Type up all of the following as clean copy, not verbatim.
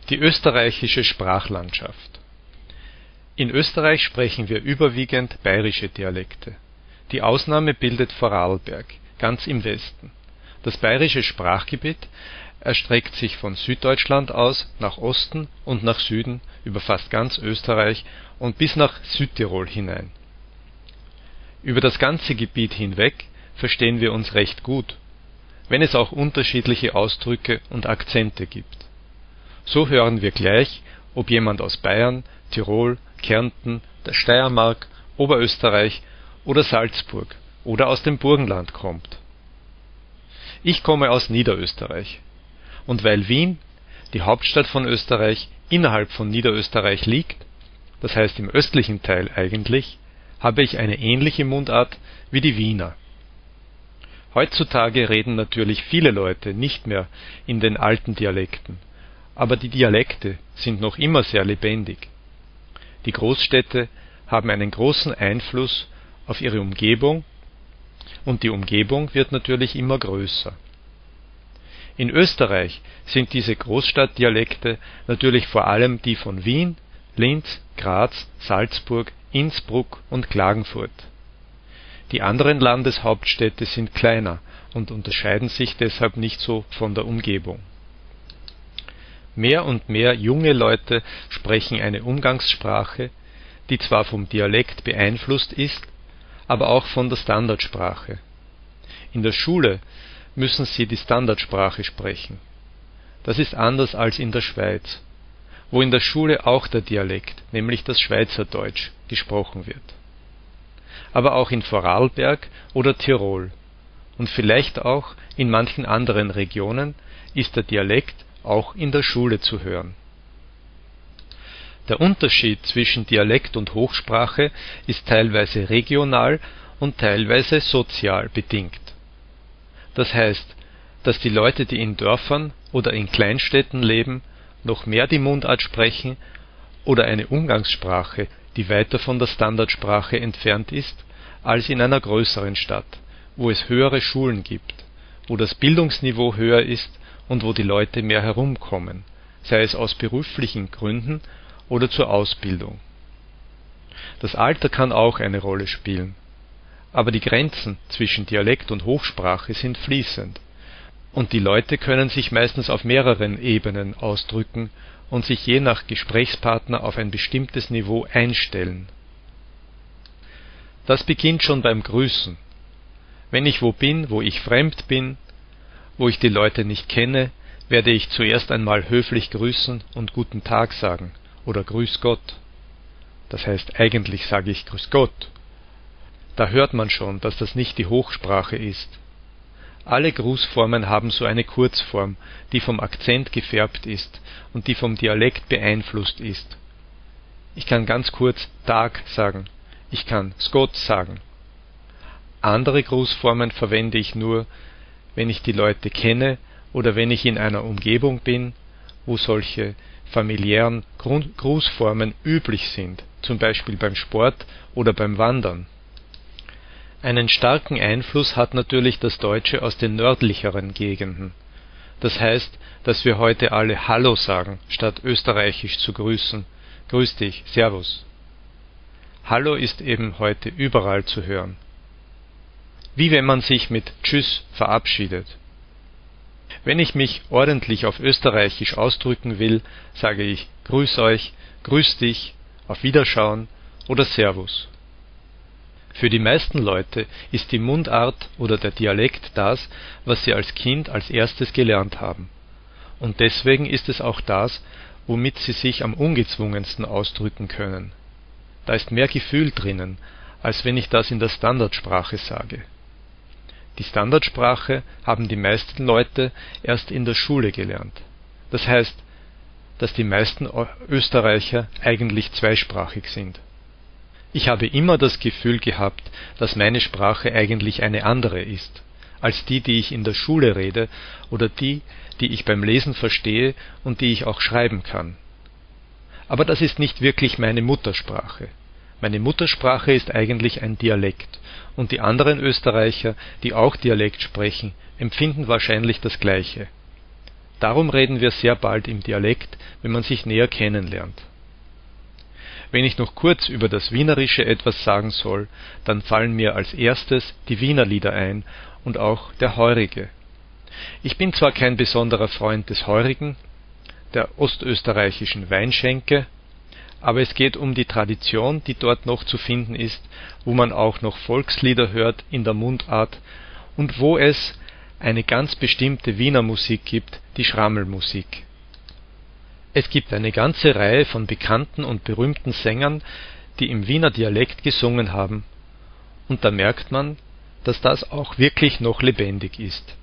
Die österreichische Sprachlandschaft. In Österreich sprechen wir überwiegend bayerische Dialekte. Die Ausnahme bildet Vorarlberg, ganz im Westen. Das bayerische Sprachgebiet erstreckt sich von Süddeutschland aus nach Osten und nach Süden über fast ganz Österreich und bis nach Südtirol hinein. Über das ganze Gebiet hinweg verstehen wir uns recht gut, wenn es auch unterschiedliche Ausdrücke und Akzente gibt. So hören wir gleich, ob jemand aus Bayern, Tirol, Kärnten, der Steiermark, Oberösterreich oder Salzburg oder aus dem Burgenland kommt. Ich komme aus Niederösterreich. Und weil Wien, die Hauptstadt von Österreich, innerhalb von Niederösterreich liegt, das heißt im östlichen Teil eigentlich, habe ich eine ähnliche Mundart wie die Wiener. Heutzutage reden natürlich viele Leute nicht mehr in den alten Dialekten, aber die Dialekte sind noch immer sehr lebendig. Die Großstädte haben einen großen Einfluss auf ihre Umgebung und die Umgebung wird natürlich immer größer. In Österreich sind diese Großstadtdialekte natürlich vor allem die von Wien, Linz, Graz, Salzburg, Innsbruck und Klagenfurt. Die anderen Landeshauptstädte sind kleiner und unterscheiden sich deshalb nicht so von der Umgebung. Mehr und mehr junge Leute sprechen eine Umgangssprache, die zwar vom Dialekt beeinflusst ist, aber auch von der Standardsprache. In der Schule müssen sie die Standardsprache sprechen. Das ist anders als in der Schweiz, wo in der Schule auch der Dialekt, nämlich das Schweizerdeutsch, gesprochen wird. Aber auch in Vorarlberg oder Tirol und vielleicht auch in manchen anderen Regionen ist der Dialekt auch in der Schule zu hören. Der Unterschied zwischen Dialekt und Hochsprache ist teilweise regional und teilweise sozial bedingt. Das heißt, dass die Leute, die in Dörfern oder in Kleinstädten leben, noch mehr die Mundart sprechen oder eine Umgangssprache, die weiter von der Standardsprache entfernt ist, als in einer größeren Stadt, wo es höhere Schulen gibt, wo das Bildungsniveau höher ist und wo die Leute mehr herumkommen, sei es aus beruflichen Gründen oder zur Ausbildung. Das Alter kann auch eine Rolle spielen, aber die Grenzen zwischen Dialekt und Hochsprache sind fließend und die Leute können sich meistens auf mehreren Ebenen ausdrücken und sich je nach Gesprächspartner auf ein bestimmtes Niveau einstellen. Das beginnt schon beim Grüßen. Wenn ich wo bin, wo ich fremd bin, wo ich die Leute nicht kenne, werde ich zuerst einmal höflich grüßen und Guten Tag sagen oder Grüß Gott. Das heißt, eigentlich sage ich Grüß Gott. Da hört man schon, dass das nicht die Hochsprache ist. Alle Grußformen haben so eine Kurzform, die vom Akzent gefärbt ist und die vom Dialekt beeinflusst ist. Ich kann ganz kurz Tag sagen, ich kann Skott sagen. Andere Grußformen verwende ich nur, wenn ich die Leute kenne oder wenn ich in einer Umgebung bin, wo solche familiären Grußformen üblich sind, zum Beispiel beim Sport oder beim Wandern. Einen starken Einfluss hat natürlich das Deutsche aus den nördlicheren Gegenden. Das heißt, dass wir heute alle Hallo sagen, statt österreichisch zu grüßen. Grüß dich, Servus. Hallo ist eben heute überall zu hören. Wie wenn man sich mit Tschüss verabschiedet. Wenn ich mich ordentlich auf Österreichisch ausdrücken will, sage ich Grüß euch, Grüß dich, auf Wiederschauen oder Servus. Für die meisten Leute ist die Mundart oder der Dialekt das, was sie als Kind als erstes gelernt haben. Und deswegen ist es auch das, womit sie sich am ungezwungensten ausdrücken können. Da ist mehr Gefühl drinnen, als wenn ich das in der Standardsprache sage. Die Standardsprache haben die meisten Leute erst in der Schule gelernt. Das heißt, dass die meisten Österreicher eigentlich zweisprachig sind. Ich habe immer das Gefühl gehabt, dass meine Sprache eigentlich eine andere ist, als die, die ich in der Schule rede oder die, die ich beim Lesen verstehe und die ich auch schreiben kann. Aber das ist nicht wirklich meine Muttersprache. Meine Muttersprache ist eigentlich ein Dialekt und die anderen Österreicher, die auch Dialekt sprechen, empfinden wahrscheinlich das Gleiche. Darum reden wir sehr bald im Dialekt, wenn man sich näher kennenlernt. Wenn ich noch kurz über das Wienerische etwas sagen soll, dann fallen mir als erstes die Wienerlieder ein und auch der Heurige. Ich bin zwar kein besonderer Freund des Heurigen, der ostösterreichischen Weinschenke, aber es geht um die Tradition, die dort noch zu finden ist, wo man auch noch Volkslieder hört in der Mundart und wo es eine ganz bestimmte Wiener Musik gibt, die Schrammelmusik. Es gibt eine ganze Reihe von bekannten und berühmten Sängern, die im Wiener Dialekt gesungen haben, und da merkt man, dass das auch wirklich noch lebendig ist.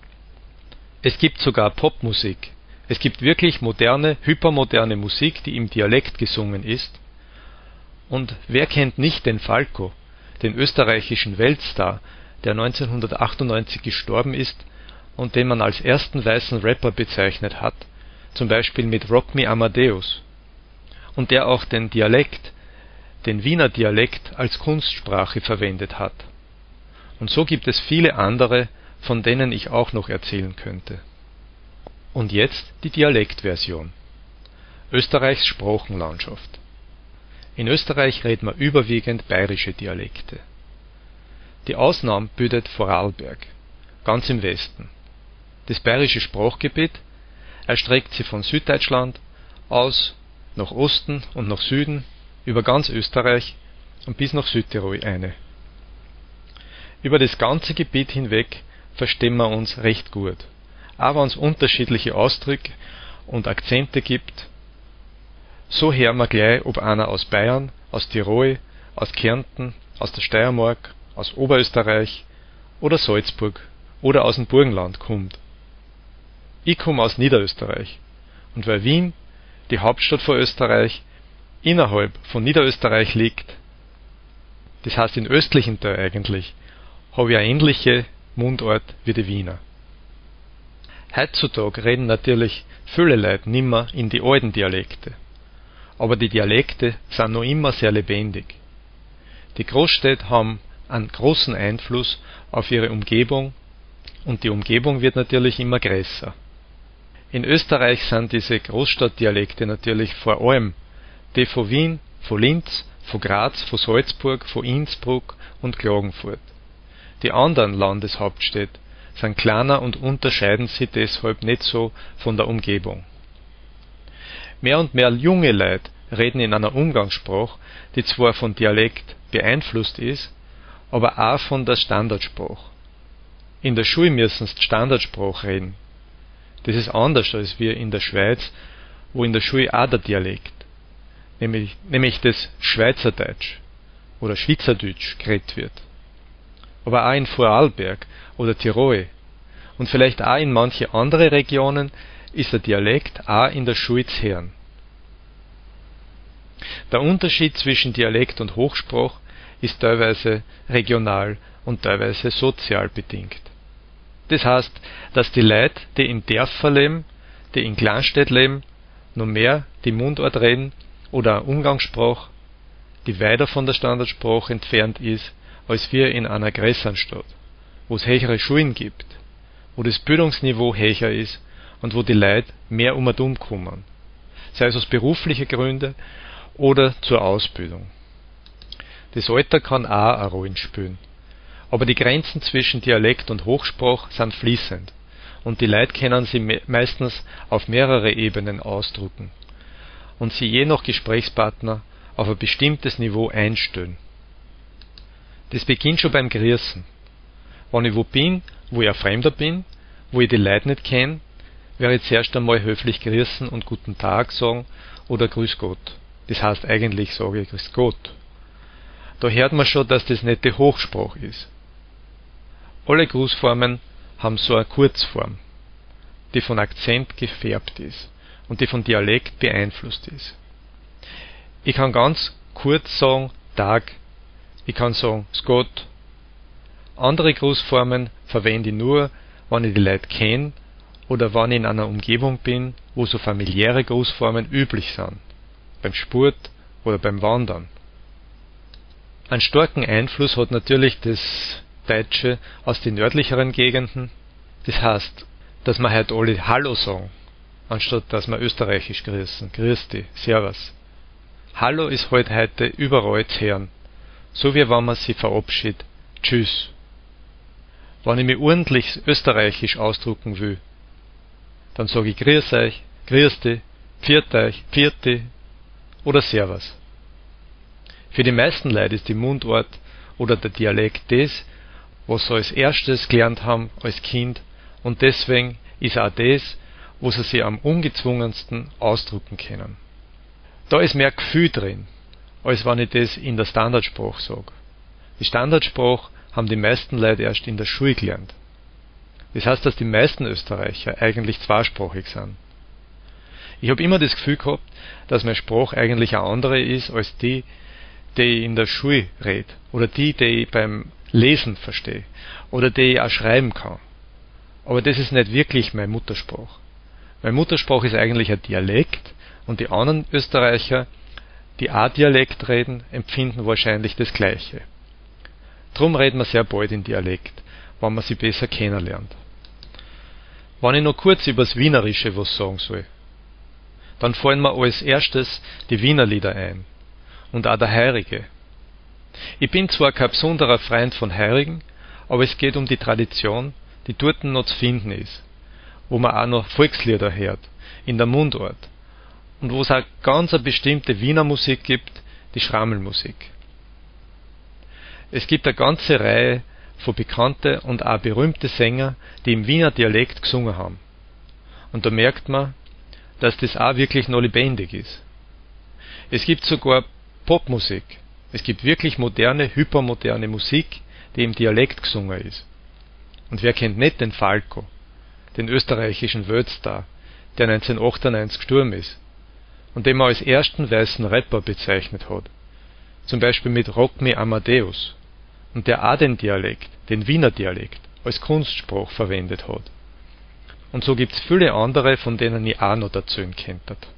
Es gibt sogar Popmusik. Es gibt wirklich moderne, hypermoderne Musik, die im Dialekt gesungen ist. Und wer kennt nicht den Falco, den österreichischen Weltstar, der 1998 gestorben ist und den man als ersten weißen Rapper bezeichnet hat, zum Beispiel mit Rock Me Amadeus, und der auch den Dialekt, den Wiener Dialekt, als Kunstsprache verwendet hat. Und so gibt es viele andere, von denen ich auch noch erzählen könnte. Und jetzt die Dialektversion. Österreichs Sprachenlandschaft. In Österreich redet man überwiegend bayerische Dialekte. Die Ausnahme bildet Vorarlberg, ganz im Westen. Das bayerische Sprachgebiet erstreckt sich von Süddeutschland aus nach Osten und nach Süden, über ganz Österreich und bis nach Südtirol eine. Über das ganze Gebiet hinweg verstehen wir uns recht gut, auch wenn es unterschiedliche Ausdrücke und Akzente gibt. So hören wir gleich, ob einer aus Bayern, aus Tirol, aus Kärnten, aus der Steiermark, aus Oberösterreich oder Salzburg oder aus dem Burgenland kommt. Ich komme aus Niederösterreich, und weil Wien, die Hauptstadt von Österreich, innerhalb von Niederösterreich liegt, das heißt im östlichen Teil eigentlich, habe ich eine ähnliche Mundart wie die Wiener. Heutzutage reden natürlich viele Leute nimmer in die alten Dialekte, aber die Dialekte sind noch immer sehr lebendig. Die Großstädte haben einen großen Einfluss auf ihre Umgebung und die Umgebung wird natürlich immer größer. In Österreich sind diese Großstadtdialekte natürlich vor allem die von Wien, von Linz, von Graz, von Salzburg, von Innsbruck und Klagenfurt. Die anderen Landeshauptstädte sind kleiner und unterscheiden sich deshalb nicht so von der Umgebung. Mehr und mehr junge Leute reden in einer Umgangssprache, die zwar von Dialekt beeinflusst ist, aber auch von der Standardsprache. In der Schule müssen sie Standardsprache reden. Das ist anders als wir in der Schweiz, wo in der Schule auch der Dialekt, nämlich das Schweizerdeutsch oder Schweizerdeutsch geredet wird. Aber auch in Vorarlberg oder Tirol und vielleicht auch in manche andere Regionen ist der Dialekt auch in der Schule zu hören. Der Unterschied zwischen Dialekt und Hochsprach ist teilweise regional und teilweise sozial bedingt. Das heißt, dass die Leute, die in Dörfern leben, die in Kleinstädten leben, noch mehr die Mundart reden oder eine Umgangssprache, die weiter von der Standardsprache entfernt ist, als wir in einer größeren Stadt, wo es höhere Schulen gibt, wo das Bildungsniveau höher ist und wo die Leute mehr um und um kommen, sei es aus beruflichen Gründen oder zur Ausbildung. Das Alter kann auch eine Rolle spielen. Aber die Grenzen zwischen Dialekt und Hochsprach sind fließend und die Leute können sie meistens auf mehrere Ebenen ausdrücken und sie je nach Gesprächspartner auf ein bestimmtes Niveau einstellen. Das beginnt schon beim Grüßen. Wenn ich wo bin, wo ich ein Fremder bin, wo ich die Leute nicht kenne, werde ich zuerst einmal höflich grüßen und guten Tag sagen oder Grüß Gott. Das heißt eigentlich sage ich Grüß Gott. Da hört man schon, dass das nicht die Hochsprache ist. Alle Grußformen haben so eine Kurzform, die von Akzent gefärbt ist und die von Dialekt beeinflusst ist. Ich kann ganz kurz sagen Tag, ich kann sagen Skott. Andere Grußformen verwende ich nur, wenn ich die Leute kenne oder wenn ich in einer Umgebung bin, wo so familiäre Grußformen üblich sind, beim Sport oder beim Wandern. Einen starken Einfluss hat natürlich das Deutsche aus den nördlicheren Gegenden. Das heißt, dass wir heute alle Hallo sagen, anstatt dass wir österreichisch grüßen. Grüß dich, Servus. Hallo ist halt heute überall zu hören, so wie wenn man sich verabschiedet. Tschüss. Wenn ich mich ordentlich österreichisch ausdrücken will, dann sage ich Grüß euch, Grüß dich, Pfiat euch, Pfiat oder Servus. Für die meisten Leute ist die Mundart oder der Dialekt das, was sie als erstes gelernt haben als Kind, und deswegen ist auch das, wo sie sich am ungezwungensten ausdrücken können. Da ist mehr Gefühl drin, als wenn ich das in der Standardsprache sage. Die Standardsprache haben die meisten Leute erst in der Schule gelernt. Das heißt, dass die meisten Österreicher eigentlich zweisprachig sind. Ich habe immer das Gefühl gehabt, dass meine Sprache eigentlich eine andere ist als die ich in der Schule rede, oder die ich beim Lesen verstehe, oder die ich auch schreiben kann. Aber das ist nicht wirklich meine Muttersprache. Meine Muttersprache ist eigentlich ein Dialekt, und die anderen Österreicher, die auch Dialekt reden, empfinden wahrscheinlich das Gleiche. Drum reden wir sehr bald in Dialekt, wenn man sie besser kennenlernt. Wenn ich noch kurz über das Wienerische was sagen soll, dann fallen mir als erstes die Wienerlieder ein. Und auch der Heirige. Ich bin zwar kein besonderer Freund von Heirigen, aber es geht um die Tradition, die dort noch zu finden ist, wo man auch noch Volkslieder hört, in der Mundart, und wo es auch ganz eine bestimmte Wiener Musik gibt, die Schrammelmusik. Es gibt eine ganze Reihe von bekannte und auch berühmte Sänger, die im Wiener Dialekt gesungen haben. Und da merkt man, dass das auch wirklich noch lebendig ist. Es gibt sogar Popmusik. Es gibt wirklich moderne, hypermoderne Musik, die im Dialekt gesungen ist. Und wer kennt nicht den Falco, den österreichischen Weltstar, der 1998 gestorben ist und den man als ersten weißen Rapper bezeichnet hat. Zum Beispiel mit Rock Me Amadeus, und der auch den Dialekt, den Wiener Dialekt, als Kunstsprache verwendet hat. Und so gibt's viele andere, von denen ich auch noch erzählen könnte.